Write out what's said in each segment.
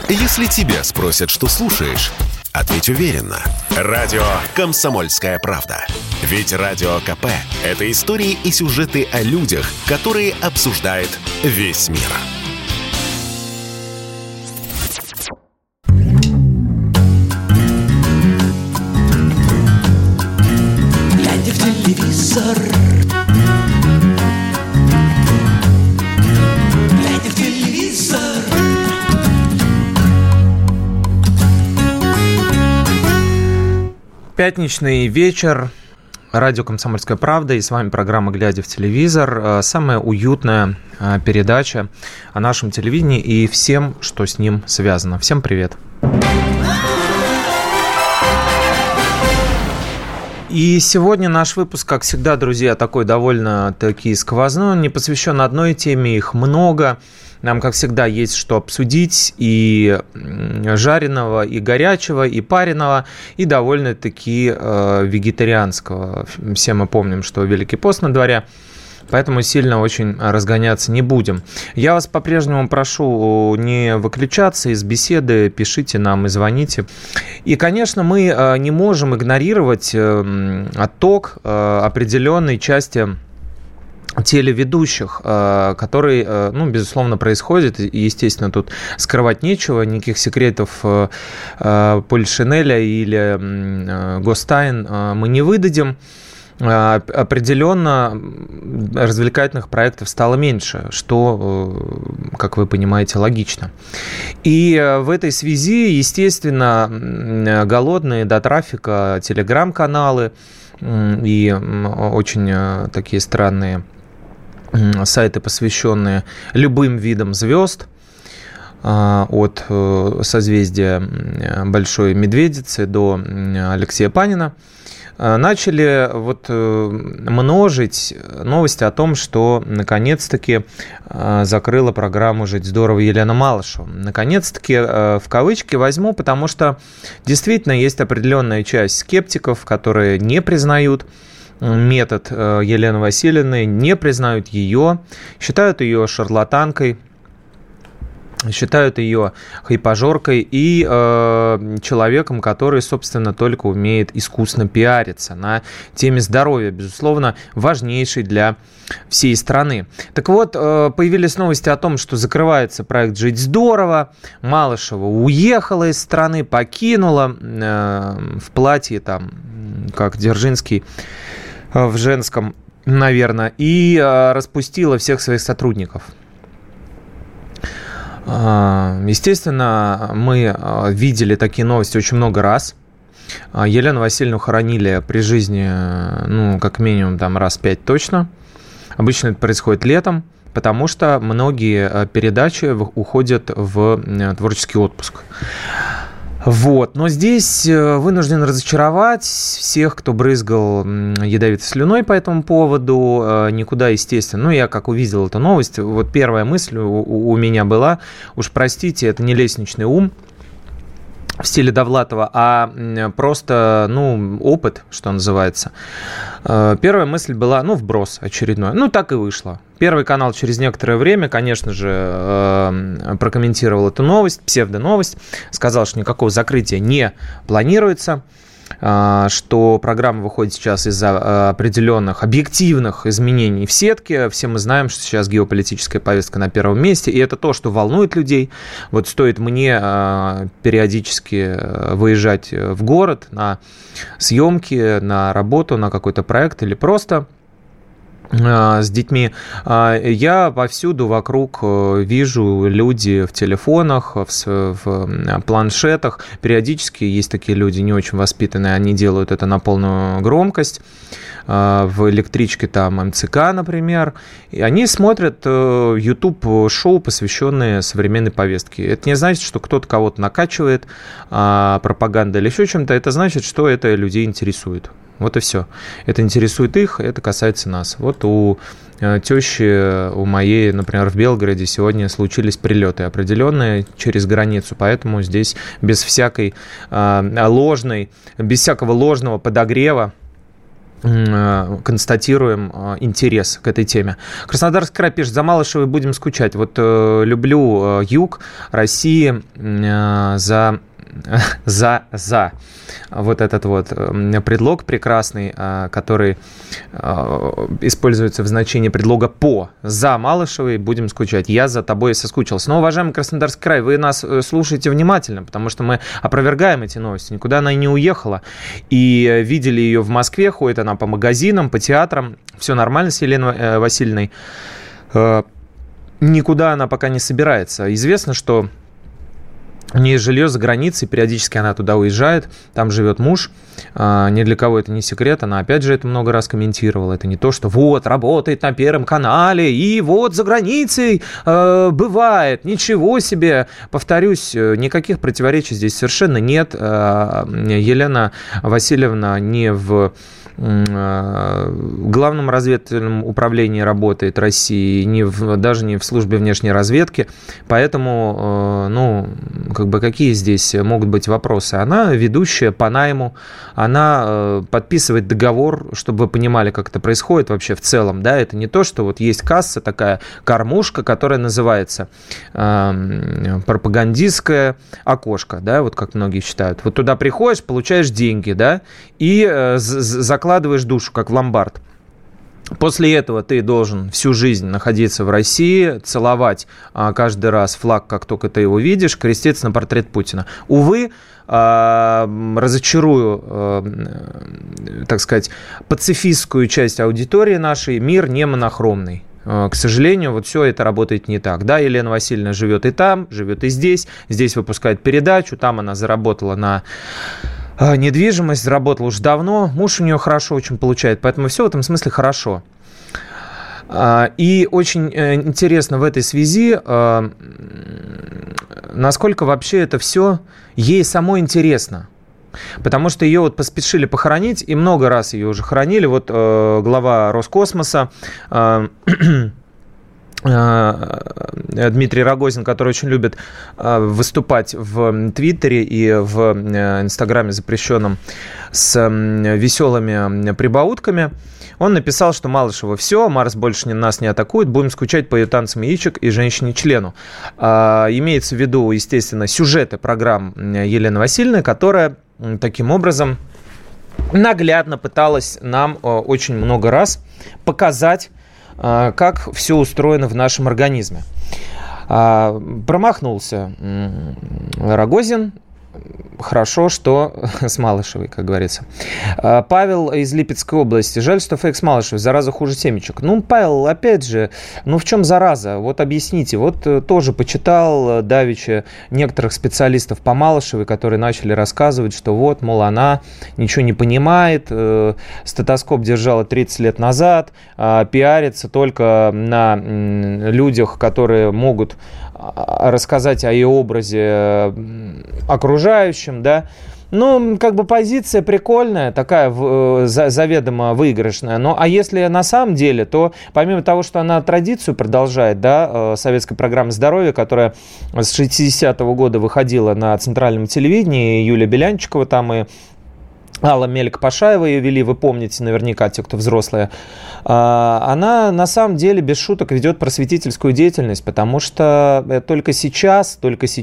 Если тебя спросят, что слушаешь, ответь уверенно. Радио «Комсомольская правда». Ведь Радио КП – это истории и сюжеты о людях, которые обсуждает весь мир. Глядя в телевизор, глядя в телевизор. Пятничный вечер, радио «Комсомольская правда», и с вами программа «Глядя в телевизор». Самая уютная передача о нашем телевидении и всем, что с ним связано. Всем привет! И сегодня наш выпуск, как всегда, друзья, такой довольно-таки сквозной, он не посвящен одной теме, их много. Нам, как всегда, есть что обсудить и жареного, и горячего, и пареного, и довольно-таки вегетарианского. Все мы помним, что Великий пост на дворе, поэтому сильно очень разгоняться не будем. Я вас по-прежнему прошу не выключаться из беседы, пишите нам и звоните. И, конечно, мы не можем игнорировать отток определенной части телеведущих, который, безусловно, происходит. Естественно, тут скрывать нечего, никаких секретов Полишинеля или Гостайн мы не выдадим. Определенно развлекательных проектов стало меньше, что, как вы понимаете, логично. И в этой связи, естественно, голодные до трафика телеграм-каналы и очень такие странные сайты, посвященные любым видам звезд, от созвездия Большой Медведицы до Алексея Панина, начали множить новости о том, что наконец-таки закрыла программу «Жить здорово» Елена Малышева. Наконец-таки в кавычки возьму, потому что действительно есть определенная часть скептиков, которые не признают метод Елены Васильевны, не признают ее, считают ее шарлатанкой, считают ее хайпажоркой и человеком, который, собственно, только умеет искусно пиариться на теме здоровья, безусловно, важнейшей для всей страны. Так вот, появились новости о том, что закрывается проект «Жить здорово», Малышева уехала из страны, покинула в платье, там, как Дзержинский в женском, наверное, и распустила всех своих сотрудников. Естественно, мы видели такие новости очень много раз. Елену Васильевну хоронили при жизни, как минимум, раз 5 точно. Обычно это происходит летом, потому что многие передачи уходят в творческий отпуск. Но здесь вынужден разочаровать всех, кто брызгал ядовитой слюной по этому поводу. Никуда, естественно. Я как увидел эту новость, первая мысль у меня была: уж простите, это не лестничный ум в стиле Довлатова, а просто, опыт, что называется. Первая мысль была, вброс очередной. Так и вышло. Первый канал через некоторое время, конечно же, прокомментировал эту новость, псевдоновость, сказал, что никакого закрытия не планируется, что программа выходит сейчас из-за определенных объективных изменений в сетке. Все мы знаем, что сейчас геополитическая повестка на первом месте, и это то, что волнует людей. Стоит мне периодически выезжать в город на съемки, на работу, на какой-то проект или просто с детьми, я повсюду вокруг вижу люди в телефонах, в планшетах. Периодически есть такие люди не очень воспитанные, они делают это на полную громкость. В электричке там МЦК, например. И они смотрят YouTube-шоу, посвященные современной повестке. Это не значит, что кто-то кого-то накачивает, пропаганда или еще чем-то. Это значит, что это людей интересует. Вот и все. Это интересует их, это касается нас. У тещи, у моей, например, в Белгороде сегодня случились прилеты определенные через границу, поэтому здесь без всякого ложного подогрева констатируем интерес к этой теме. Краснодарский край пишет: за Малышевой будем скучать. Вот люблю юг России за вот этот вот предлог прекрасный, который используется в значении предлога по. За Малышевой будем скучать. Я за тобой соскучился. Но, уважаемый Краснодарский край, вы нас слушаете внимательно, потому что мы опровергаем эти новости. Никуда она не уехала. И видели ее в Москве, ходит она по магазинам, по театрам. Все нормально с Еленой Васильевной. Никуда она пока не собирается. Известно, что у нее жилье за границей, периодически она туда уезжает, там живет муж, ни для кого это не секрет, она опять же это много раз комментировала, это не то, что вот, работает на Первом канале, и вот за границей бывает, ничего себе, повторюсь, никаких противоречий здесь совершенно нет, Елена Васильевна не в Главном разведывательном управлении работает России, даже не в службе внешней разведки, поэтому, какие здесь могут быть вопросы? Она ведущая по найму, она подписывает договор, чтобы вы понимали, как это происходит вообще в целом, да, это не то, что вот есть касса, такая кормушка, которая называется пропагандистское окошко, да, вот как многие считают. Вот туда приходишь, получаешь деньги, да, и закладываешь душу, как в ломбард. После этого ты должен всю жизнь находиться в России, целовать каждый раз флаг, как только ты его видишь, креститься на портрет Путина. Увы, разочарую, так сказать, пацифистскую часть аудитории нашей, мир не монохромный. К сожалению, вот все это работает не так. Да, Елена Васильевна живет и там, живет и здесь выпускает передачу, там она заработала на недвижимость, заработала уже давно, муж у нее хорошо очень получает, поэтому все в этом смысле хорошо. И очень интересно в этой связи, насколько вообще это все ей самой интересно. Потому что ее вот поспешили похоронить, и много раз ее уже хоронили. Вот глава Роскосмоса Дмитрий Рогозин, который очень любит выступать в Твиттере и в Инстаграме запрещенном с веселыми прибаутками, он написал, что Малышева все, Марс больше нас не атакует, будем скучать по ее танцам яичек и женщине-члену. Имеется в виду, естественно, сюжеты программ Елены Васильевны, которая таким образом наглядно пыталась нам очень много раз показать, как все устроено в нашем организме. Промахнулся Рогозин. Хорошо, что с Малышевой, как говорится. Павел из Липецкой области. Жаль, что фейк с Малышевой. Зараза хуже семечек. Павел, опять же, в чем зараза? Вот объясните. Вот тоже почитал давеча некоторых специалистов по Малышевой, которые начали рассказывать, что вот, мол, она ничего не понимает, стетоскоп держала 30 лет назад, пиарится только на людях, которые могут рассказать о ее образе окружающим, да. Позиция прикольная, такая заведомо выигрышная. А если на самом деле, то помимо того, что она традицию продолжает, да, советской программы здоровья, которая с 60-го года выходила на центральном телевидении, Юлия Белянчикова там и Алла Мелик-Пашаева ее вели, вы помните наверняка, те, кто взрослые, она на самом деле без шуток ведет просветительскую деятельность, потому что только сейчас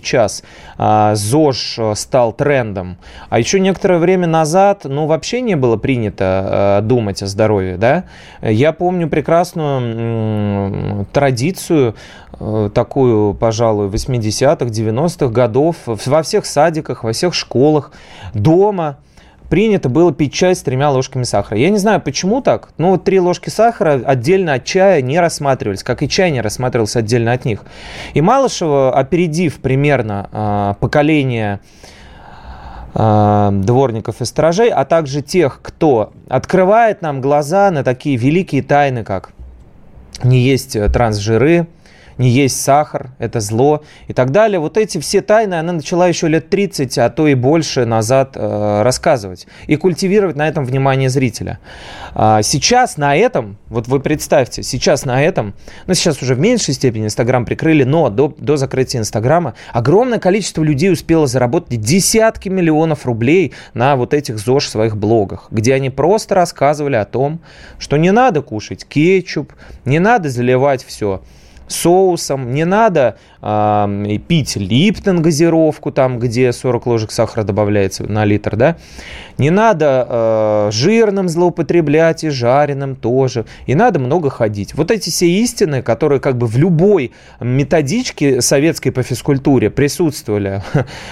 ЗОЖ стал трендом. А еще некоторое время назад, вообще не было принято думать о здоровье, да? Я помню прекрасную традицию, такую, пожалуй, 80-х, 90-х годов, во всех садиках, во всех школах, дома принято было пить чай с 3 ложками сахара. Я не знаю, почему так, 3 ложки сахара отдельно от чая не рассматривались, как и чай не рассматривался отдельно от них. И Малышева, опередив примерно поколение дворников и сторожей, а также тех, кто открывает нам глаза на такие великие тайны, как не есть трансжиры, не есть сахар, это зло и так далее. Вот эти все тайны она начала еще лет 30, а то и больше назад рассказывать и культивировать на этом внимание зрителя. Сейчас на этом, вот вы представьте, сейчас на этом, ну сейчас уже в меньшей степени Инстаграм прикрыли, но до закрытия Инстаграма огромное количество людей успело заработать десятки миллионов рублей на вот этих ЗОЖ своих блогах, где они просто рассказывали о том, что не надо кушать кетчуп, не надо заливать все соусом, не надо пить Липтон газировку, там, где 40 ложек сахара добавляется на литр, да, не надо жирным злоупотреблять и жареным тоже, и надо много ходить. Вот эти все истины, которые как бы в любой методичке советской по физкультуре присутствовали,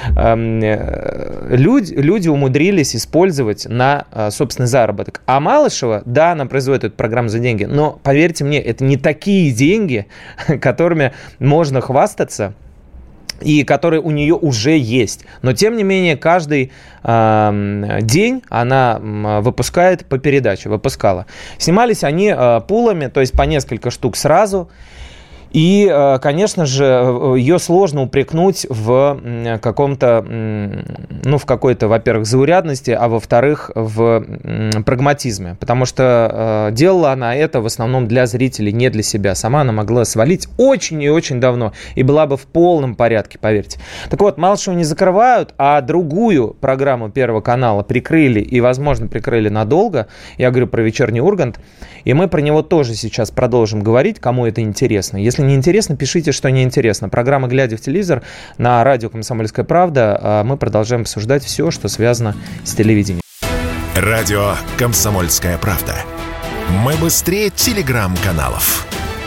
люди умудрились использовать на собственный заработок. А Малышева, да, она производит эту программу за деньги, но, поверьте мне, это не такие деньги, которыми можно хвастаться, и которые у нее уже есть. Но, тем не менее, каждый день она выпускает по передаче, выпускала. Снимались они пулами, то есть по несколько штук сразу. И, конечно же, ее сложно упрекнуть в каком-то, в какой-то, во-первых, заурядности, а во-вторых, в прагматизме. Потому что делала она это в основном для зрителей, не для себя. Сама она могла свалить очень и очень давно и была бы в полном порядке, поверьте. Так вот, Малышеву не закрывают, а другую программу Первого канала прикрыли и, возможно, прикрыли надолго. Я говорю про «Вечерний Ургант». И мы про него тоже сейчас продолжим говорить, кому это интересно. Если не интересно, пишите, что не интересно. Программа «Глядя в телевизор» на радио «Комсомольская правда». Мы продолжаем обсуждать все, что связано с телевидением. Радио «Комсомольская правда». Мы быстрее телеграм-каналов.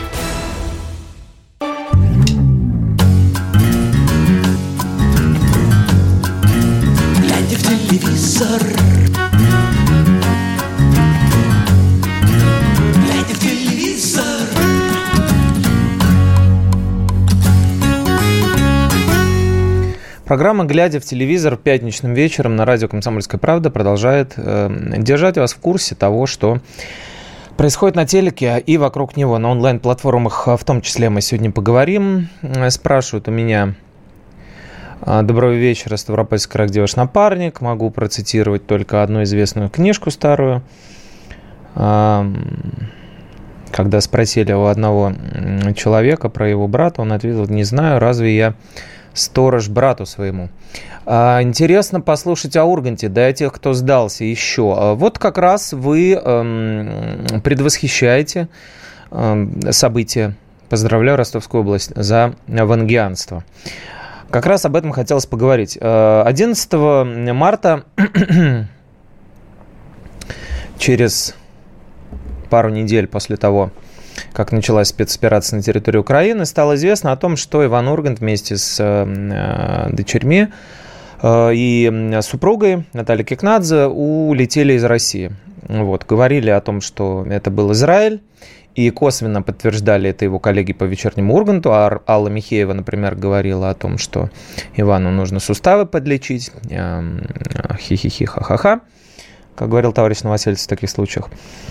Глядя в телевизор. Программа «Глядя в телевизор» пятничным вечером на радио «Комсомольская правда» продолжает держать вас в курсе того, что происходит на телеке и вокруг него. На онлайн-платформах в том числе мы сегодня поговорим. Спрашивают у меня: «Доброго вечера, Ставропольский край, где ваш напарник?» Могу процитировать только одну известную книжку старую. Когда спросили у одного человека про его брата, он ответил: «Не знаю, разве я сторож брату своему». Интересно послушать о Урганте, да и тех, кто сдался еще. Вот как раз вы предвосхищаете события. Поздравляю Ростовскую область за вангианство. Как раз об этом хотелось поговорить. 11 марта, через пару недель после того, как началась спецоперация на территории Украины, стало известно о том, что Иван Ургант вместе с дочерьми и супругой Натальей Кикнадзе улетели из России. Вот. Говорили о том, что это был Израиль, и косвенно подтверждали это его коллеги по «Вечернему Урганту». Алла Михеева, например, говорила о том, что Ивану нужно суставы подлечить. Хи-хи-хи, ха-ха-ха, как говорил товарищ Новосельцев в таких случаях.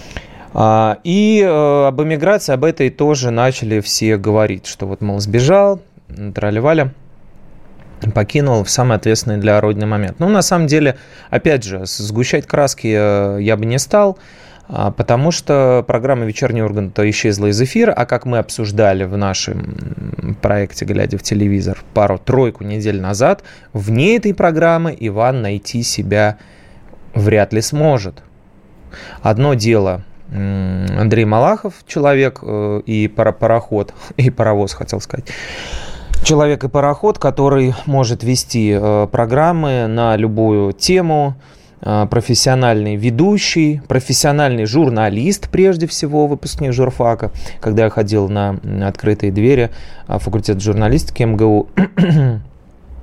И об эмиграции, об этой тоже начали все говорить, что вот, мол, сбежал, трали-вали, покинул в самый ответственный для Родины момент. Но на самом деле, опять же, сгущать краски я бы не стал, потому что программа «Вечерний Ургант» исчезла из эфира, а как мы обсуждали в нашем проекте «Глядя в телевизор» пару-тройку недель назад, вне этой программы Иван найти себя вряд ли сможет. Одно дело Андрей Малахов, человек и пароход, и паровоз, хотел сказать. Человек и пароход, который может вести программы на любую тему, профессиональный ведущий, профессиональный журналист, прежде всего, выпускник журфака. Когда я ходил на открытые двери факультета журналистики МГУ,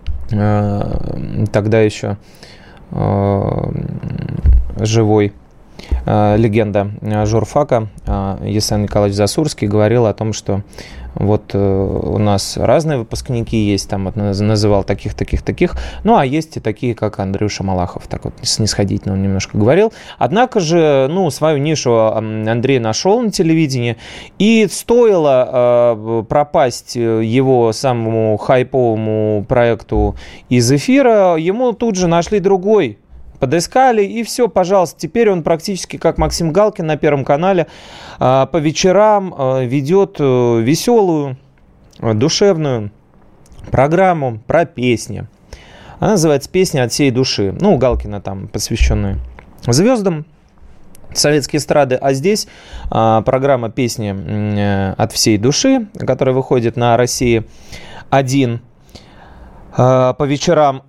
тогда еще живой легенда журфака Есен Николаевич Засурский говорил о том, что вот у нас разные выпускники есть, там вот называл таких. Ну, а есть и такие, как Андрюша Малахов, так вот снисходительно он немножко говорил. Однако же, ну, свою нишу Андрей нашел на телевидении, и стоило пропасть его самому хайповому проекту из эфира, ему тут же нашли другой. Подыскали, и все, пожалуйста. Теперь он практически как Максим Галкин на Первом канале по вечерам ведет веселую, душевную программу про песни. Она называется «Песни от всей души». Ну, у Галкина там посвященные звездам советской эстрады. А здесь программа «Песни от всей души», которая выходит на России-1 по вечерам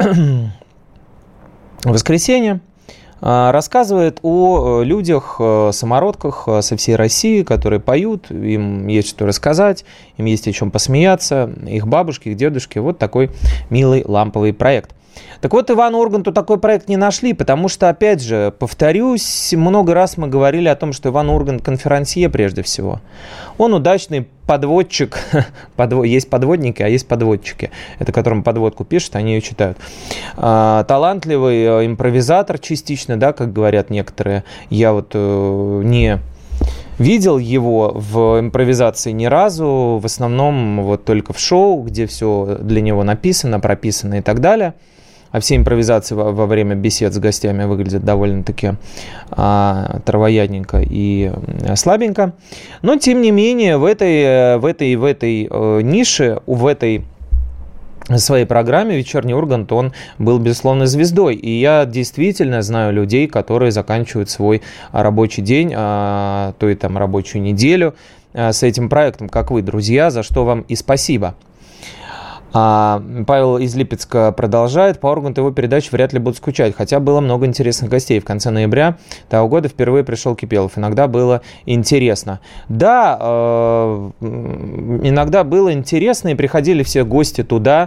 в воскресенье, рассказывает о людях, самородках со всей России, которые поют, им есть что рассказать, им есть о чем посмеяться, их бабушки, их дедушки. Вот такой милый ламповый проект. Так вот, Ивану Урганту такой проект не нашли, потому что, опять же, повторюсь, много раз мы говорили о том, что Иван Ургант конферансье прежде всего. Он удачный подводчик, есть подводники, а есть подводчики, это которым подводку пишут, они ее читают. Талантливый импровизатор частично, да, как говорят некоторые. Я вот не видел его в импровизации ни разу, в основном вот только в шоу, где все для него написано, прописано и так далее. А все импровизации во время бесед с гостями выглядят довольно-таки травоядненько и слабенько. Но, тем не менее, в этой нише, в этой своей программе «Вечерний Ургант» он был, безусловно, звездой. И я действительно знаю людей, которые заканчивают свой рабочий день, то и там рабочую неделю с этим проектом, как вы, друзья, за что вам и спасибо. Павел из Липецка продолжает. По Урганту его передачи вряд ли будут скучать, хотя было много интересных гостей. В конце ноября того года впервые пришел Кипелов. Иногда было интересно. Да, иногда было интересно, и приходили все гости туда,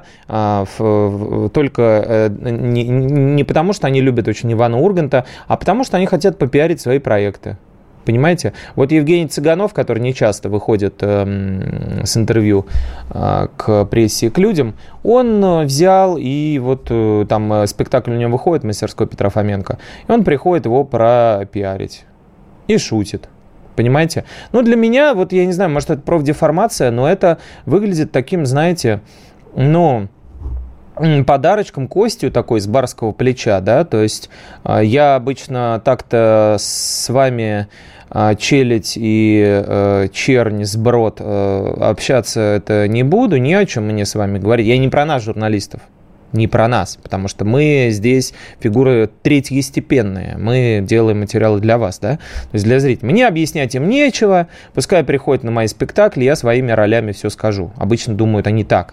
только не потому, что они любят очень Ивана Урганта, а потому, что они хотят попиарить свои проекты. Понимаете? Вот Евгений Цыганов, который не часто выходит с интервью к прессе и к людям, он взял и вот там спектакль у него выходит, мастерской Петра Фоменко, и он приходит его пропиарить и шутит. Понимаете? Ну, для меня, вот я не знаю, может, это профдеформация, но это выглядит таким, знаете, ну, подарочком, костью такой с барского плеча, да, то есть я обычно так-то с вами челядь и чернь, сброд общаться это не буду, ни о чем мне с вами говорить. Я не про нас, журналистов, не про нас, потому что мы здесь фигуры третьестепенные, мы делаем материалы для вас, да, то есть для зрителей. Мне объяснять им нечего, пускай приходят на мои спектакли, я своими ролями все скажу. Обычно думают они так.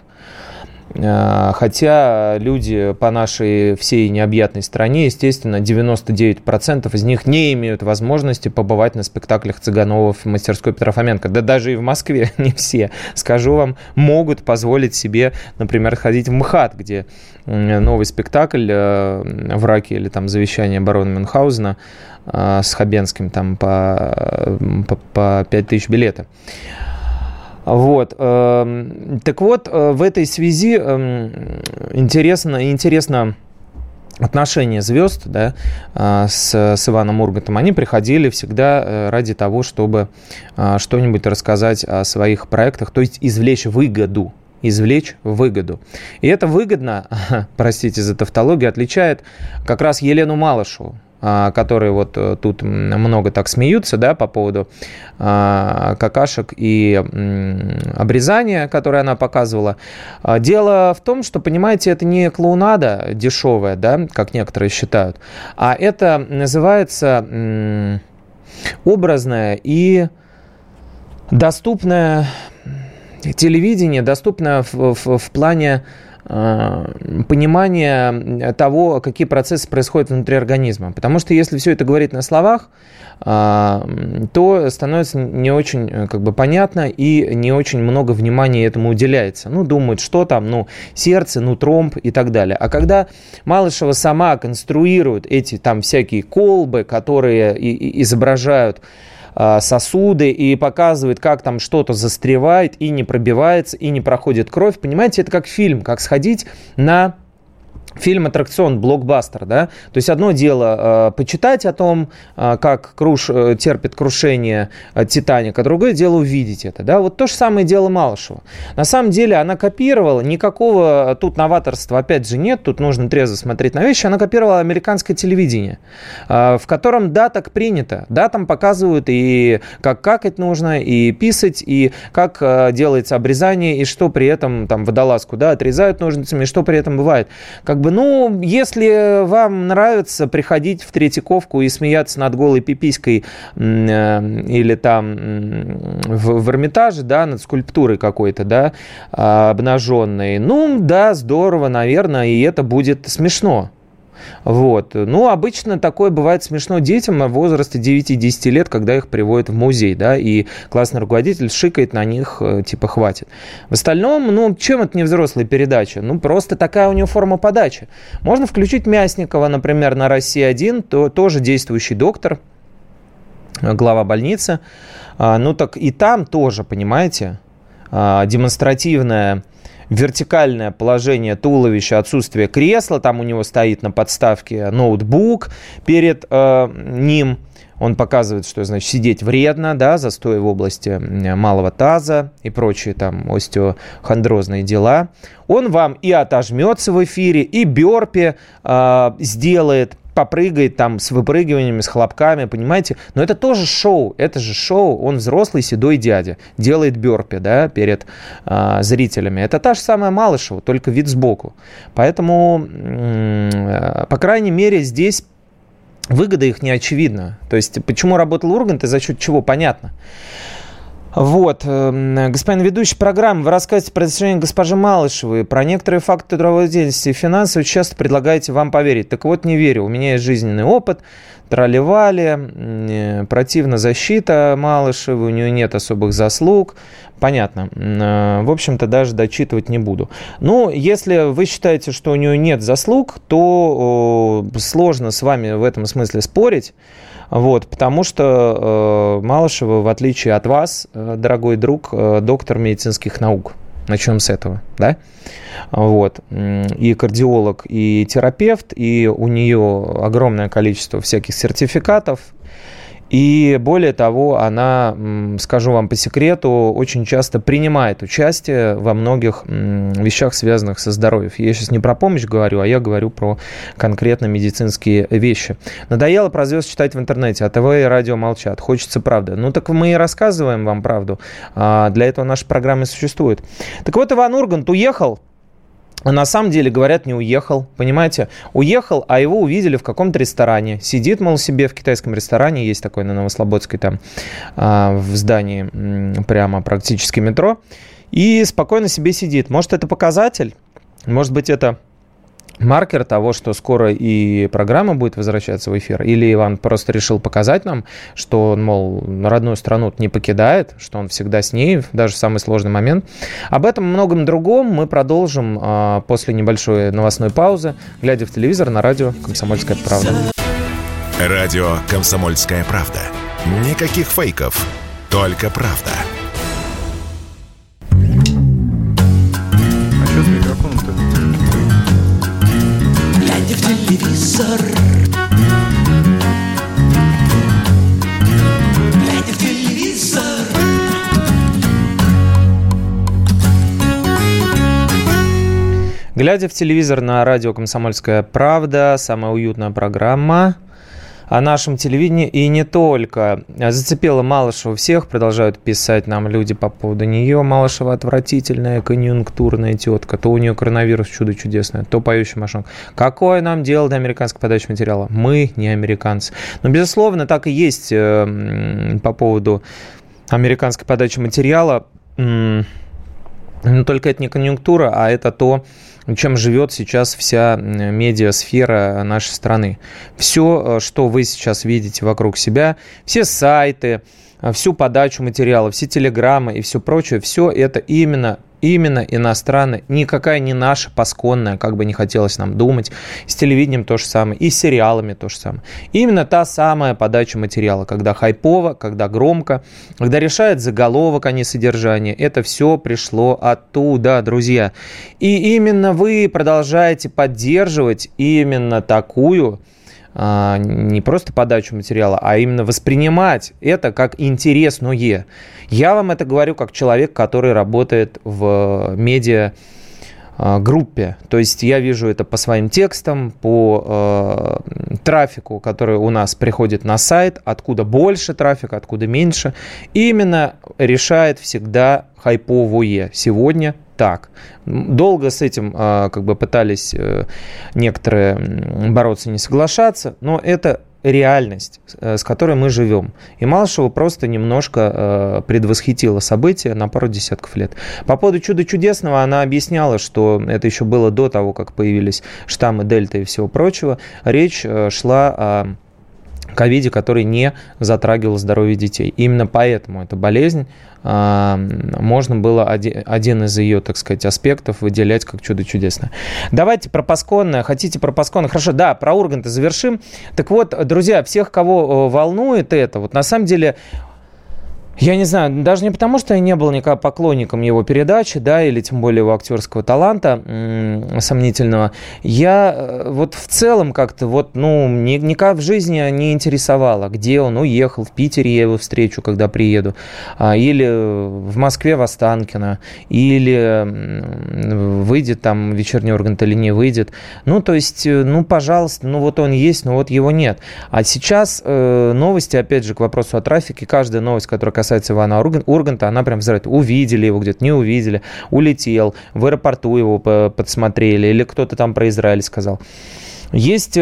Хотя люди по нашей всей необъятной стране, естественно, 99% из них не имеют возможности побывать на спектаклях Цыганова в мастерской Петра Фоменко. Да даже и в Москве не все, скажу вам, могут позволить себе, например, ходить в МХАТ, где новый спектакль «Враки» или там «Завещание барона Мюнхгаузена» с Хабенским там по 5000 билета. Вот. Так вот, в этой связи интересно отношения звезд, да, с Иваном Ургантом. Они приходили всегда ради того, чтобы что-нибудь рассказать о своих проектах, то есть извлечь выгоду. И это выгодно, простите за тавтологию, отличает как раз Елену Малышеву, которые вот тут много так смеются, да, по поводу какашек и обрезания, которые она показывала. Дело в том, что, понимаете, это не клоунада дешевая, да, как некоторые считают, а это называется образное и доступное телевидение, доступное в плане понимание того, какие процессы происходят внутри организма. Потому что если все это говорить на словах, то становится не очень понятно и не очень много внимания этому уделяется. Думают, что там, сердце, тромб и так далее. А когда Малышева сама конструирует эти там всякие колбы, которые изображают сосуды и показывает, как там что-то застревает и не пробивается, и не проходит кровь. Понимаете, это как фильм, как сходить на фильм-аттракцион, блокбастер, да? То есть одно дело почитать о том, как терпит крушение «Титаник», а другое дело увидеть это, да? Вот то же самое дело Малышева. На самом деле она копировала, никакого тут новаторства опять же нет, тут нужно трезво смотреть на вещи, она копировала американское телевидение, в котором, да, так принято, да, там показывают и как какать нужно, и писать, и как делается обрезание, и что при этом, там, водолазку, да, отрезают ножницами, и что при этом бывает. Если вам нравится приходить в Третьяковку и смеяться над голой пиписькой или там в Эрмитаже, да, над скульптурой какой-то, да, обнаженной, да, здорово, наверное, и это будет смешно. Вот. Обычно такое бывает смешно детям в возрасте 9-10 лет, когда их приводят в музей, да, и классный руководитель шикает на них, типа, хватит. В остальном, чем это не взрослая передача? Просто такая у нее форма подачи. Можно включить Мясникова, например, на «Россия-1», тоже действующий доктор, глава больницы. Так и там тоже, понимаете, демонстративная вертикальное положение туловища, отсутствие кресла, там у него стоит на подставке ноутбук перед ним. Он показывает, что, значит, сидеть вредно, да, застой в области малого таза и прочие там остеохондрозные дела. Он вам и отожмется в эфире, и бёрпи сделает, попрыгает там с выпрыгиваниями, с хлопками, понимаете? Но это тоже шоу, это же шоу, он взрослый седой дядя, делает бёрпи, да, перед зрителями. Это та же самая Малышева, только вид сбоку. Поэтому, по крайней мере, здесь выгода их не очевидна. То есть, почему работал Ургант и за счет чего, понятно. Вот, господин ведущий программы, вы рассказываете про достижения госпожи Малышевой, про некоторые факты трудовой деятельности и финансовой часто предлагаете вам поверить. Так вот, не верю, у меня есть жизненный опыт, тролливали, противна защита Малышевой, у нее нет особых заслуг. Понятно. В общем-то, даже дочитывать не буду. Если вы считаете, что у нее нет заслуг, то сложно с вами в этом смысле спорить. Вот, потому что Малышева, в отличие от вас, дорогой друг, доктор медицинских наук. Начнем с этого, да? Вот. И кардиолог, и терапевт, и у нее огромное количество всяких сертификатов. И более того, она, скажу вам по секрету, очень часто принимает участие во многих вещах, связанных со здоровьем. Я сейчас не про помощь говорю, а я говорю про конкретно медицинские вещи. Надоело про звезд читать в интернете, а ТВ и радио молчат. Хочется правды. Так мы и рассказываем вам правду. Для этого наши программы существуют. Так вот, Иван Ургант уехал. На самом деле, говорят, не уехал, понимаете? Уехал, а его увидели в каком-то ресторане. Сидит, мол, себе в китайском ресторане, есть такой на Новослободской, там, в здании прямо практически метро, и спокойно себе сидит. Может, это показатель? Может быть, это маркер того, что скоро и программа будет возвращаться в эфир? Или Иван просто решил показать нам, что он, мол, родную страну не покидает, что он всегда с ней, даже в самый сложный момент? Об этом и многом другом мы продолжим после небольшой новостной паузы, глядя в телевизор на радио «Комсомольская правда». Радио «Комсомольская правда». Никаких фейков, только правда. А что с микрофоном-то? Глядя в телевизор, глядя в телевизор. Глядя в телевизор на радио «Комсомольская правда», самая уютная программа о нашем телевидении и не только. Зацепила Малышева всех, продолжают писать нам люди по поводу нее. Малышева отвратительная, конъюнктурная тетка. То у нее коронавирус чудо чудесное, то поющая машинка. Какое нам дело до американской подачи материала? Мы не американцы. Но, безусловно, так и есть по поводу американской подачи материала. Но только это не конъюнктура, а это то, чем живет сейчас вся медиасфера нашей страны. Все, что вы сейчас видите вокруг себя, все сайты, всю подачу материала, все телеграммы и все прочее, все это именно иностранное, никакая не наша пасконная, как бы не хотелось нам думать. С телевидением то же самое, и с сериалами то же самое. Именно та самая подача материала, когда хайпово, когда громко, когда решает заголовок, а не содержание. Это все пришло оттуда, друзья. И именно вы продолжаете поддерживать именно такую, не просто подачу материала, а именно воспринимать это как интересное. Я вам это говорю как человек, который работает в медиа-группе. То есть я вижу это по своим текстам, по трафику, который у нас приходит на сайт, откуда больше трафика, откуда меньше. Именно решает всегда хайповое. Сегодня так. Долго с этим как бы пытались некоторые бороться, не соглашаться, но это реальность, с которой мы живем. И Малышева просто немножко предвосхитила события на пару десятков лет. По поводу чуда чудесного она объясняла, что это еще было до того, как появились штаммы Дельта и всего прочего. Речь шла о ковиде, который не затрагивал здоровье детей. Именно поэтому эта болезнь, можно было один из ее, так сказать, аспектов выделять как чудо чудесное. Давайте про пасконное. Хотите про пасконное? Хорошо, да, про Урганта завершим. Так вот, друзья, всех, кого волнует это, вот на самом деле... Я не знаю, даже не потому, что я не был никогда поклонником его передачи, да, или тем более его актерского таланта сомнительного. Я вот в целом как-то вот, никак в жизни не интересовало, где он уехал, в Питере я его встречу, когда приеду, или в Москве, в Останкино, или выйдет там вечерний Ургант или не выйдет. То есть, пожалуйста, вот он есть, но вот его нет. А сейчас новости, опять же, к вопросу о трафике, каждая новость, которая касается Ивана Урганта, она прям взрывает. Увидели его где-то, не увидели, улетел, в аэропорту его подсмотрели, или кто-то там про Израиль сказал. Есть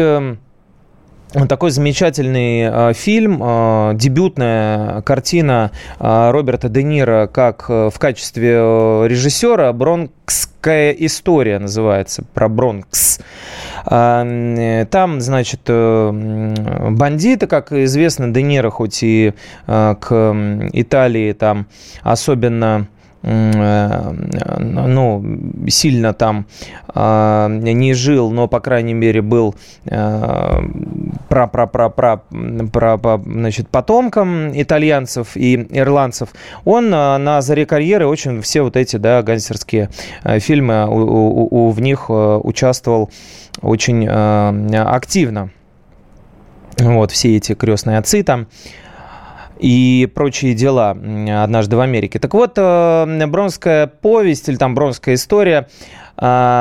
такой замечательный фильм, дебютная картина Роберта Де Ниро как в качестве режиссера, «Бронкская история» называется, про Бронкс. Там, значит, бандиты, как известно, Де Ниро хоть и к Италии там особенно сильно там не жил, но, по крайней мере, был потомком итальянцев и ирландцев. Он на заре карьеры очень все вот эти, да, гангстерские фильмы, в них участвовал очень активно. Вот, все эти «Крестные отцы» там и прочие дела «Однажды в Америке». Так вот, «Бронкская повесть» или там «Бронкская история» —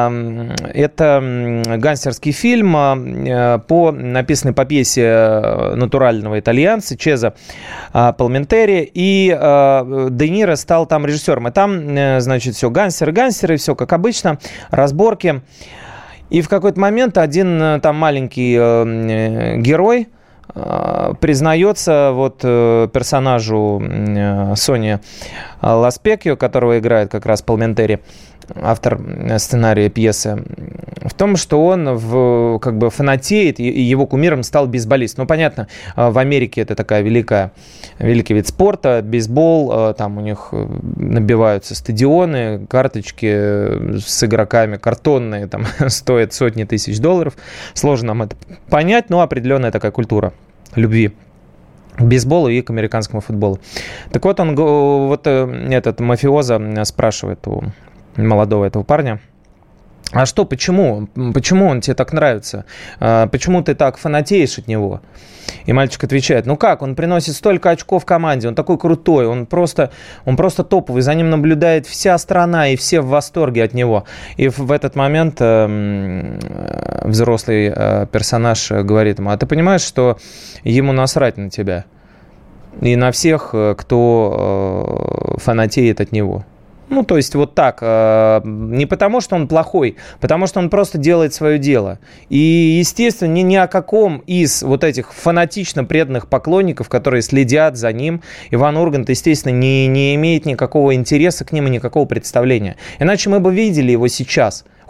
это гангстерский фильм, написанный по пьесе натурального итальянца Чезо Палментери, и Де Ниро стал там режиссером. И там, значит, все гангстеры, все как обычно, разборки. И в какой-то момент один там маленький герой признается вот персонажу Сони Ласпекио, которого играет как раз Палментери, автор сценария пьесы, в том, что он как бы фанатеет, и его кумиром стал бейсболист. Понятно, в Америке это такая великий вид спорта, бейсбол, там у них набиваются стадионы, карточки с игроками картонные, там стоят сотни тысяч $. Сложно нам это понять, но определенная такая культура любви к бейсболу и к американскому футболу. Так вот, этот мафиоза спрашивает у молодого этого парня: а что, почему он тебе так нравится? Почему ты так фанатеешь от него? И мальчик отвечает: он приносит столько очков команде, он такой крутой, он просто топовый, за ним наблюдает вся страна, и все в восторге от него. И в этот момент взрослый персонаж говорит ему: а ты понимаешь, что ему насрать на тебя и на всех, кто фанатеет от него? То есть вот так, не потому, что он плохой, потому что он просто делает свое дело. И, естественно, ни о каком из вот этих фанатично преданных поклонников, которые следят за ним, Иван Ургант, естественно, не имеет никакого интереса к ним и никакого представления. Иначе мы бы видели его сейчас.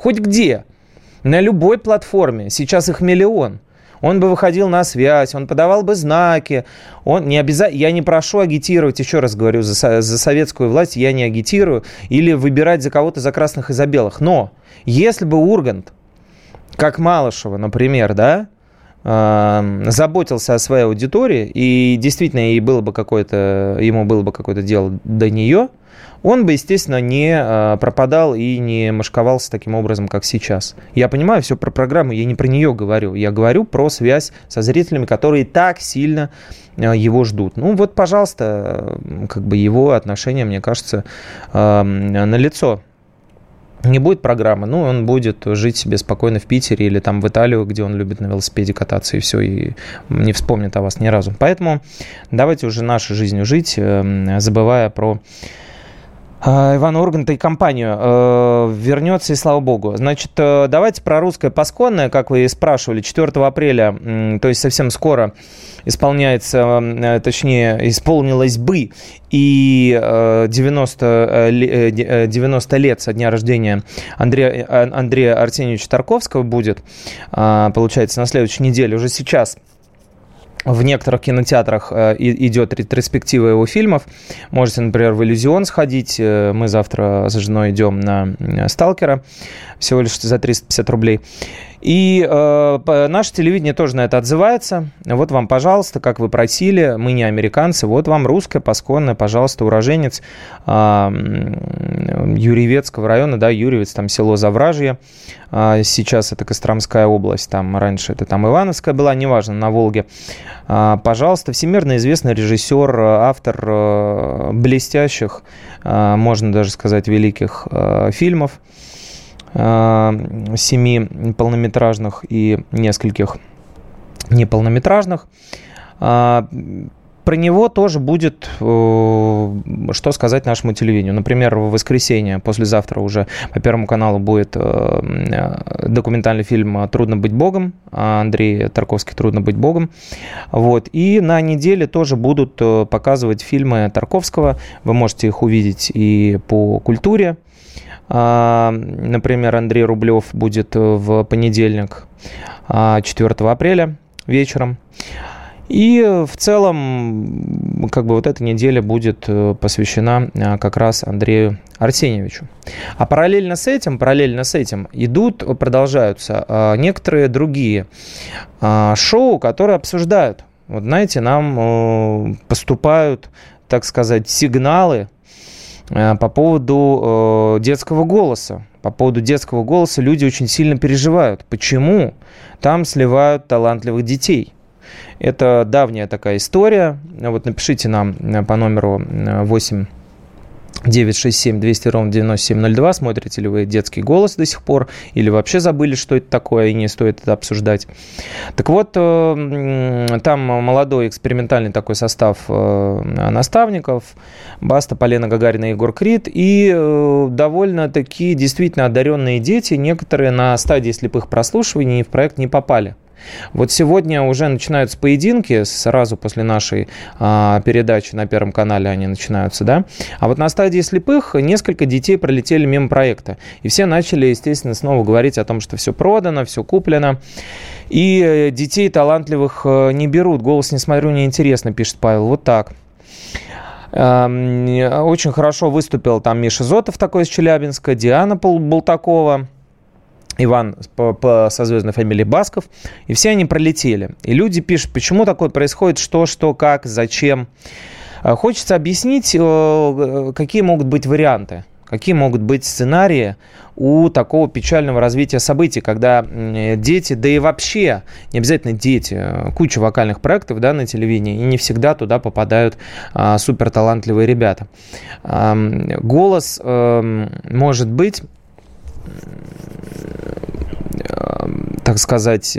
Хоть где. На любой платформе. Сейчас их миллион. Он бы выходил на связь, он подавал бы знаки. Он не обязательно. Я не прошу агитировать, еще раз говорю, за советскую власть я не агитирую. Или выбирать за кого-то за красных и за белых. Но если бы Ургант, как Малышева, например, да, заботился о своей аудитории, и действительно ему было бы какое-то дело до нее, он бы, естественно, не пропадал и не мошковался таким образом, как сейчас. Я понимаю все про программу, я не про нее говорю. Я говорю про связь со зрителями, которые так сильно его ждут. Ну вот, пожалуйста, как бы его отношение, мне кажется, налицо. Не будет программы, ну, он будет жить себе спокойно в Питере или там в Италию, где он любит на велосипеде кататься, и все, и не вспомнит о вас ни разу. Поэтому давайте уже нашей жизнью жить, забывая про Ивана Урганта и компанию. Вернется, и слава богу. Значит, давайте про русское пасконное, как вы и спрашивали, 4 апреля, то есть совсем скоро, исполнилось бы и 90 лет со дня рождения Андрея Арсеньевича Тарковского будет, получается, на следующей неделе. Уже сейчас в некоторых кинотеатрах идет ретроспектива его фильмов. Можете, например, в «Иллюзион» сходить. Мы завтра с женой идем на «Сталкера» всего лишь за 350 рублей. И наше телевидение тоже на это отзывается. Вот вам, пожалуйста, как вы просили, мы не американцы, вот вам русское, пасконное, пожалуйста, уроженец Юрьевецкого района, да, Юрьевец, там село Завражье, сейчас это Костромская область, там раньше это там Ивановская была, неважно, на Волге. Пожалуйста, всемирно известный режиссер, автор блестящих, можно даже сказать, великих фильмов, 7 полнометражных и нескольких неполнометражных. Про него тоже будет что сказать нашему телевидению. Например, в воскресенье, послезавтра уже по Первому каналу будет документальный фильм «Трудно быть Богом». Андрей Тарковский «Трудно быть Богом». Вот. И на неделе тоже будут показывать фильмы Тарковского. Вы можете их увидеть и по «Культуре». Например, Андрей Рублев будет в понедельник, 4 апреля вечером. И в целом, как бы вот эта неделя будет посвящена как раз Андрею Арсеньевичу. А параллельно с этим продолжаются некоторые другие шоу, которые обсуждают. Вот знаете, нам поступают, так сказать, сигналы по поводу детского голоса. По поводу детского голоса люди очень сильно переживают. Почему? Там сливают талантливых детей. Это давняя такая история. Вот напишите нам по номеру 8-967-200-97-02, смотрите ли вы «Детский голос» до сих пор, или вообще забыли, что это такое, и не стоит это обсуждать. Так вот, там молодой экспериментальный такой состав наставников: Баста, Полина Гагарина, Егор Крид, и довольно-таки действительно одаренные дети, некоторые на стадии слепых прослушиваний в проект не попали. Вот сегодня уже начинаются поединки, сразу после нашей передачи на Первом канале они начинаются, да? А вот на стадии слепых несколько детей пролетели мимо проекта. И все начали, естественно, снова говорить о том, что все продано, все куплено. И детей талантливых не берут. «Голос не смотрю, неинтересно», пишет Павел. Вот так. Очень хорошо выступил там Миша Зотов такой из Челябинска, Диана Бултакова, Иван со звездной фамилией Басков, и все они пролетели. И люди пишут, почему такое происходит, что, как, зачем. Хочется объяснить, какие могут быть варианты, какие могут быть сценарии у такого печального развития событий, когда дети, да и вообще, не обязательно дети, куча вокальных проектов, да, на телевидении, и не всегда туда попадают суперталантливые ребята. Голос может быть, так сказать,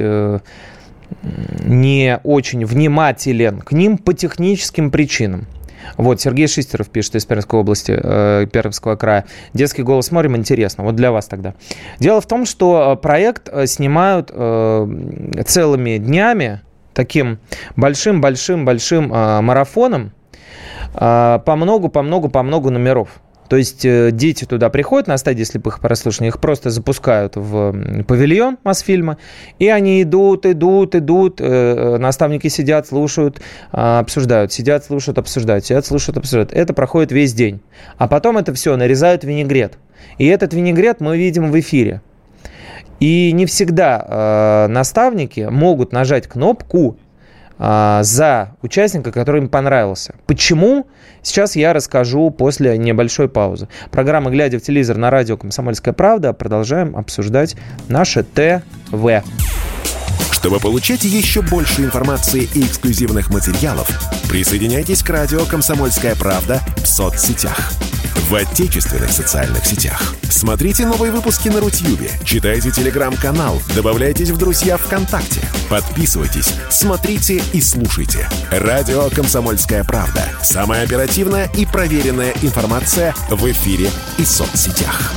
не очень внимателен к ним по техническим причинам. Вот, Сергей Шистеров пишет из Пермской области, Пермского края. «Детский голос смотрим, интересно». Вот для вас тогда. Дело в том, что проект снимают целыми днями, таким большим марафоном, по много номеров. То есть дети туда приходят на стадии слепых прослушивания, их просто запускают в павильон Мосфильма, и они идут, наставники сидят, слушают, обсуждают, сидят, слушают, обсуждают, сидят, слушают, обсуждают. Это проходит весь день. А потом это все нарезают в винегрет. И этот винегрет мы видим в эфире. И не всегда наставники могут нажать кнопку за участника, который им понравился. Почему? Сейчас я расскажу после небольшой паузы. Программа «Глядя в телевизор» на радио «Комсомольская правда». Продолжаем обсуждать наше ТВ. Чтобы получать еще больше информации и эксклюзивных материалов, присоединяйтесь к радио «Комсомольская правда» в соцсетях. В отечественных социальных сетях. Смотрите новые выпуски на Рутьюбе, читайте телеграм-канал, добавляйтесь в друзья ВКонтакте, подписывайтесь, смотрите и слушайте. Радио «Комсомольская правда». Самая оперативная и проверенная информация в эфире и соцсетях.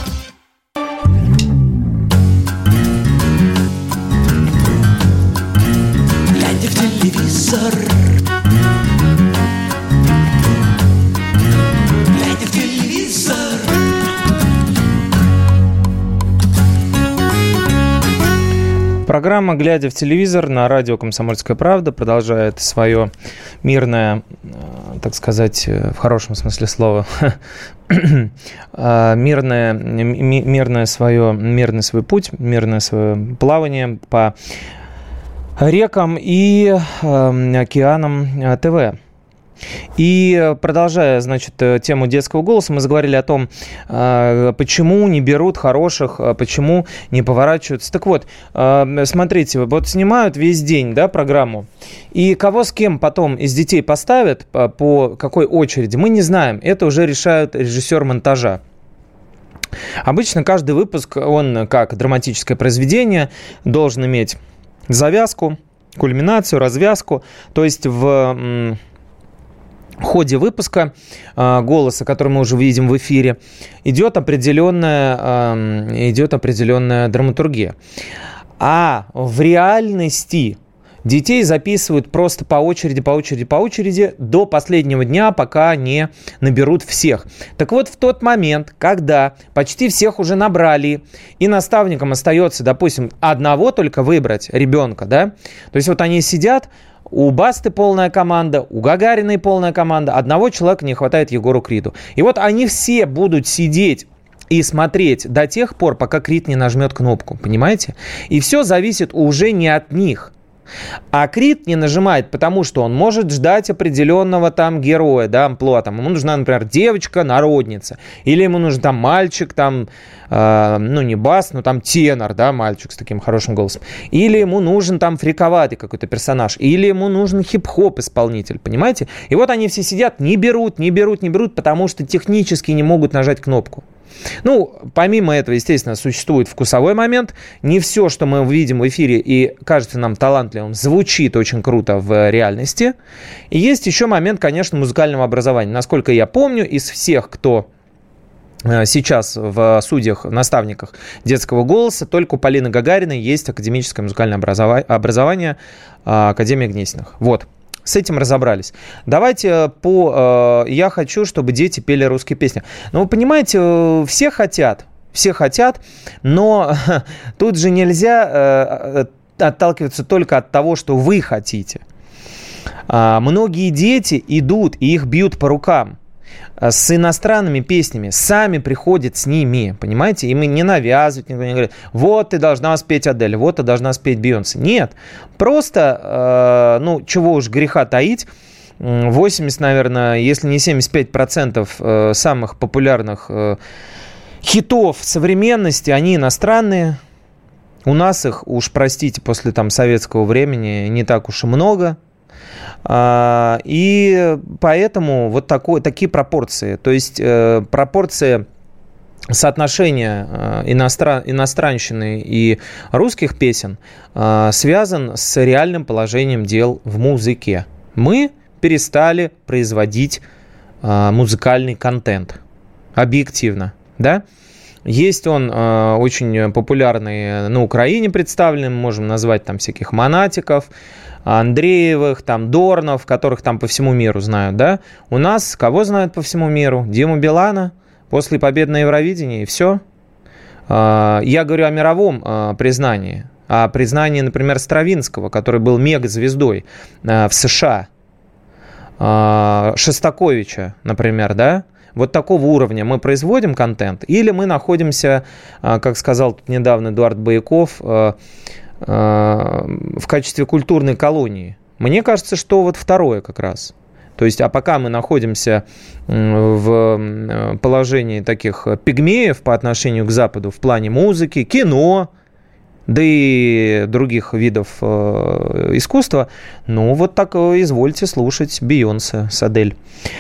Глядя в телевизор, программа «Глядя в телевизор» на радио «Комсомольская правда» продолжает свое мирное, так сказать, в хорошем смысле слова, мирный свой путь, мирное свое плавание по рекам и океанам ТВ. И продолжая, значит, тему детского голоса, мы заговорили о том, почему не берут хороших, почему не поворачиваются. Так вот, смотрите, вот снимают весь день, да, программу, и кого с кем потом из детей поставят, по какой очереди, мы не знаем. Это уже решает режиссер монтажа. Обычно каждый выпуск, он как драматическое произведение, должен иметь завязку, кульминацию, развязку, то есть в ходе выпуска голоса, который мы уже видим в эфире, идет определенная драматургия. А в реальности детей записывают просто по очереди до последнего дня, пока не наберут всех. Так вот, в тот момент, когда почти всех уже набрали, и наставникам остается, допустим, одного только выбрать ребенка, да, то есть вот они сидят, у Басты полная команда, у Гагариной полная команда, одного человека не хватает Егору Криду. И вот они все будут сидеть и смотреть до тех пор, пока Крид не нажмет кнопку, понимаете? И все зависит уже не от них. А Крид не нажимает, потому что он может ждать определенного там героя, да, амплуа. Там, ему нужна, например, девочка-народница. Или ему нужен там мальчик, там, не бас, но там тенор, да, мальчик с таким хорошим голосом. Или ему нужен там фриковатый какой-то персонаж. Или ему нужен хип-хоп-исполнитель, понимаете? И вот они все сидят, не берут, потому что технически не могут нажать кнопку. Помимо этого, естественно, существует вкусовой момент. Не все, что мы видим в эфире и кажется нам талантливым, звучит очень круто в реальности. И есть еще момент, конечно, музыкального образования. Насколько я помню, из всех, кто сейчас в судьях, наставниках детского голоса, только у Полины Гагариной есть академическое музыкальное образование Академии Гнесиных. Вот. С этим разобрались. Давайте я хочу, чтобы дети пели русские песни. Вы понимаете, все хотят, но тут же нельзя отталкиваться только от того, что вы хотите. Многие дети идут, и их бьют по рукам с иностранными песнями, сами приходят с ними, понимаете? Им не навязывают, никто не говорит, вот ты должна спеть Адель, вот ты должна спеть Бейонсе. Нет, просто, чего уж греха таить, 80, наверное, если не 75% самых популярных хитов современности, они иностранные. У нас их, уж простите, после советского времени не так уж и много. И поэтому вот такие пропорции. То есть пропорция соотношения иностранщины и русских песен связан с реальным положением дел в музыке. Мы перестали производить музыкальный контент. Объективно, да? Есть он очень популярный на Украине представленным, можем назвать всяких Монатиков, Андреевых, Дорнов, которых по всему миру знают, да? У нас кого знают по всему миру? Диму Билана, После победы на Евровидении, и все. Я говорю о мировом признании. О признании, например, Стравинского, который был мегазвездой в США. Шостаковича, например, да? Вот такого уровня мы производим контент, или мы находимся, как сказал тут недавно Эдуард Бояков, в качестве культурной колонии. Мне кажется, что вот второе как раз. То есть, а пока мы находимся в положении таких пигмеев по отношению к Западу в плане музыки, кино, да и других видов искусства, ну вот так извольте слушать Бейонсе с Адель.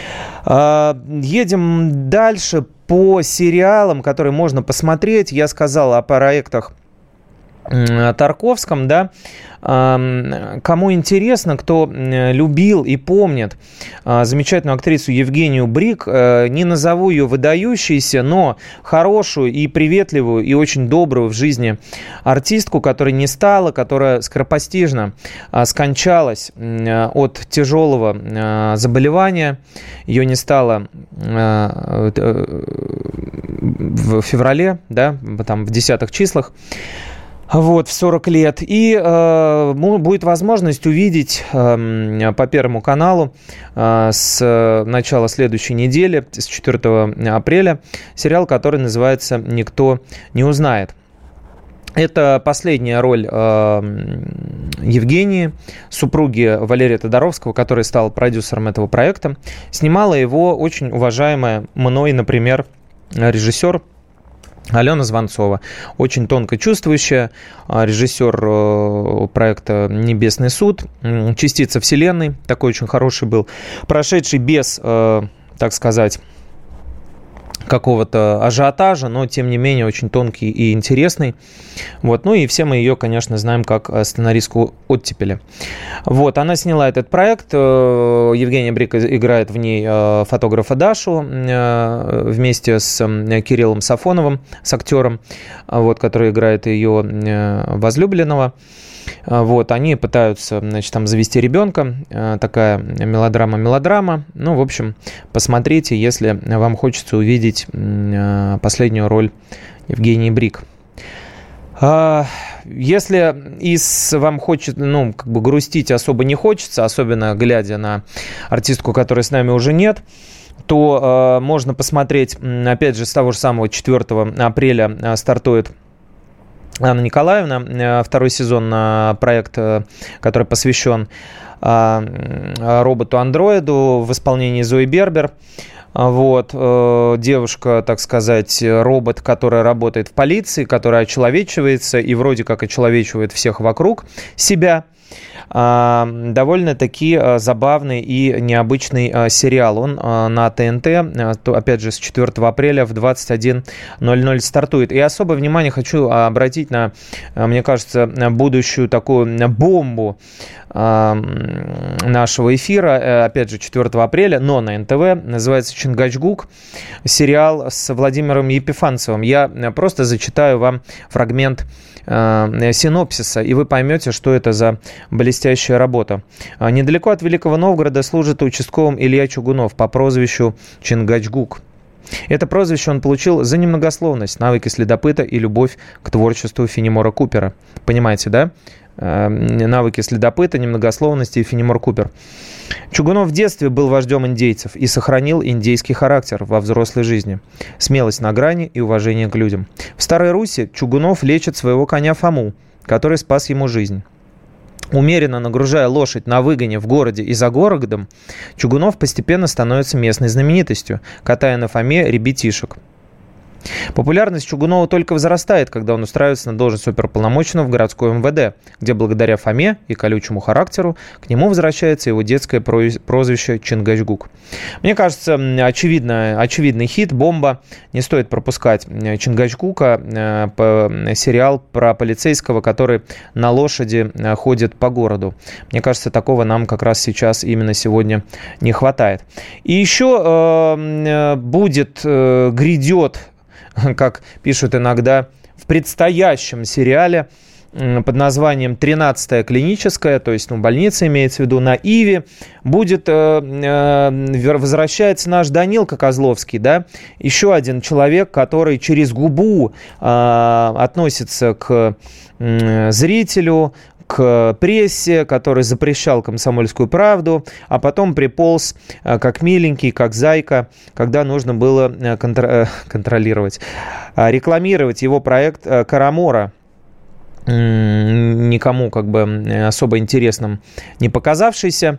Едем дальше по сериалам, которые можно посмотреть. Я сказал о проектах Тарковском, да. Кому интересно, кто любил и помнит замечательную актрису Евгению Брик, не назову ее выдающейся, но хорошую и приветливую и очень добрую в жизни артистку, которая не стала, которая скоропостижно скончалась от тяжелого заболевания. Ее не стало в феврале, да, там в 10-х числах. Вот, в 40 лет. И будет возможность увидеть по Первому каналу с начала следующей недели, с 4 апреля, сериал, который называется «Никто не узнает». Это последняя роль Евгении, супруги Валерия Тодоровского, который стал продюсером этого проекта. Снимала его очень уважаемая мной, например, режиссер Алена Звонцова, очень тонко чувствующая, режиссер проекта «Небесный суд», «Частица вселенной», такой очень хороший был, прошедший без, так сказать, какого-то ажиотажа, но, тем не менее, очень тонкий и интересный. Вот. Ну и все мы ее, конечно, знаем как сценаристку «Оттепели». Вот. Она сняла этот проект. Евгения Брик играет в ней фотографа Дашу вместе с Кириллом Сафоновым, с актером, вот, который играет ее возлюбленного. Вот, они пытаются, значит, там завести ребенка. Такая мелодрама. Ну, в общем, посмотрите, если вам хочется увидеть последнюю роль Евгении Брик. Если вам хочется, ну, как бы грустить особо не хочется, особенно глядя на артистку, которой с нами уже нет, то можно посмотреть, опять же, с того же самого 4 апреля стартует Анна Николаевна, второй сезон, проект, который посвящен роботу-андроиду в исполнении Зои Бербер. Вот, девушка, так сказать, робот, которая работает в полиции, которая очеловечивается и вроде как очеловечивает всех вокруг себя. Довольно-таки забавный и необычный сериал. Он на ТНТ, опять же, с 4 апреля в 21:00 стартует. И особое внимание хочу обратить на, мне кажется, будущую такую бомбу нашего эфира. Опять же, 4 апреля, но на НТВ. Называется «Чингачгук». Сериал с Владимиром Епифанцевым. Я просто зачитаю вам фрагмент синопсиса, и вы поймете, что это за блестящая работа. Недалеко от Великого Новгорода служит участковым Илья Чугунов по прозвищу Чингачгук. Это прозвище он получил за немногословность, навыки следопыта и любовь к творчеству Фенемора Купера. Понимаете, да? Навыки следопыта, немногословности и Фенемор Купер. Чугунов в детстве был вождем индейцев и сохранил индейский характер во взрослой жизни. Смелость на грани и уважение к людям. В Старой Руси Чугунов лечит своего коня Фому, который спас ему жизнь. Умеренно нагружая лошадь на выгоне в городе и за городом, Чугунов постепенно становится местной знаменитостью, катая на Фоме ребятишек. Популярность Чугунова только возрастает, когда он устраивается на должность оперуполномоченного в городской МВД, где благодаря Фоме и колючему характеру к нему возвращается его детское прозвище Чингачгук. Мне кажется, очевидный хит, бомба. Не стоит пропускать Чингачгука, сериал про полицейского, который на лошади ходит по городу. Мне кажется, такого нам как раз сейчас, именно сегодня, не хватает. И еще грядет, как пишут иногда, в предстоящем сериале под названием «13-я клиническая», то есть больница имеется в виду, на Иве, возвращается наш Данилка Козловский, да, еще один человек, который через губу относится к зрителю, к прессе, который запрещал «Комсомольскую правду», а потом приполз как миленький, как зайка, когда нужно было контролировать, рекламировать его проект «Карамора», никому особо интересным не показавшийся.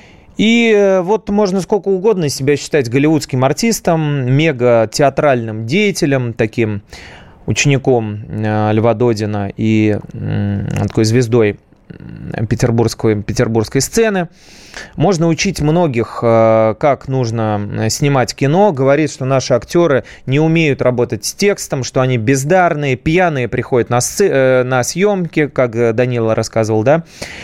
И вот можно сколько угодно себя считать голливудским артистом, мега-театральным деятелем, таким учеником Льва Додина и такой звездой петербургской сцены. Можно учить многих, как нужно снимать кино. Говорит, что наши актеры не умеют работать с текстом, что они бездарные, пьяные приходят на съемки, как Данила рассказывал, да.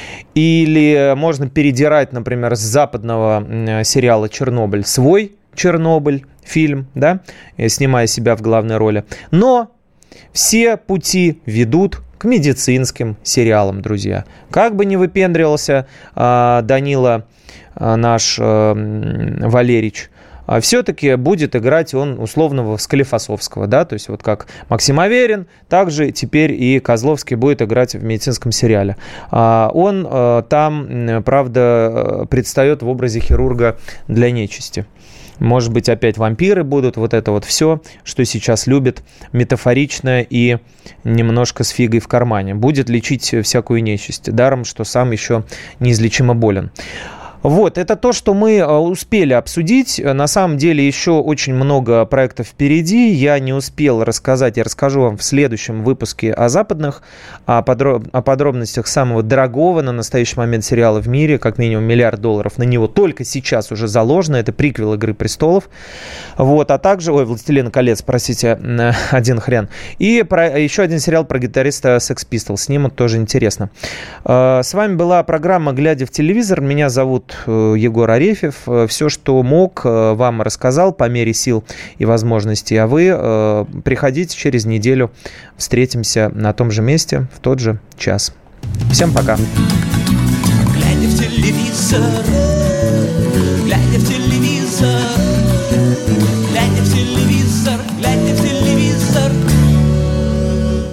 Или можно передирать, например, с западного сериала «Чернобыль» свой «Чернобыль» фильм, да, снимая себя в главной роли. Но все пути ведут к медицинским сериалам, друзья. Как бы ни выпендривался Данила, наш Валерич, все-таки будет играть он условного Склифосовского, да, то есть вот как Максим Аверин, также теперь и Козловский будет играть в медицинском сериале. Он там, правда, предстает в образе хирурга для нечисти. Может быть, опять вампиры будут, вот это вот все, что сейчас любят, метафорично и немножко с фигой в кармане. Будет лечить всякую нечисть, даром, что сам еще неизлечимо болен. Вот, это то, что мы успели обсудить. На самом деле еще очень много проектов впереди. Я не успел рассказать, я расскажу вам в следующем выпуске о западных, о подробностях самого дорогого на настоящий момент сериала в мире, как минимум $1 миллиард на него только сейчас уже заложено. Это приквел «Игры престолов». Вот, а также, «Властелина колец», простите, один хрен. И еще один сериал про гитариста Sex Pistols. Снимут, тоже интересно. С вами была программа «Глядя в телевизор». Меня зовут Егор Арефьев. Все, что мог, вам рассказал по мере сил и возможностей. А вы приходите через неделю. Встретимся на том же месте в тот же час. Всем пока. Глядя в телевизор.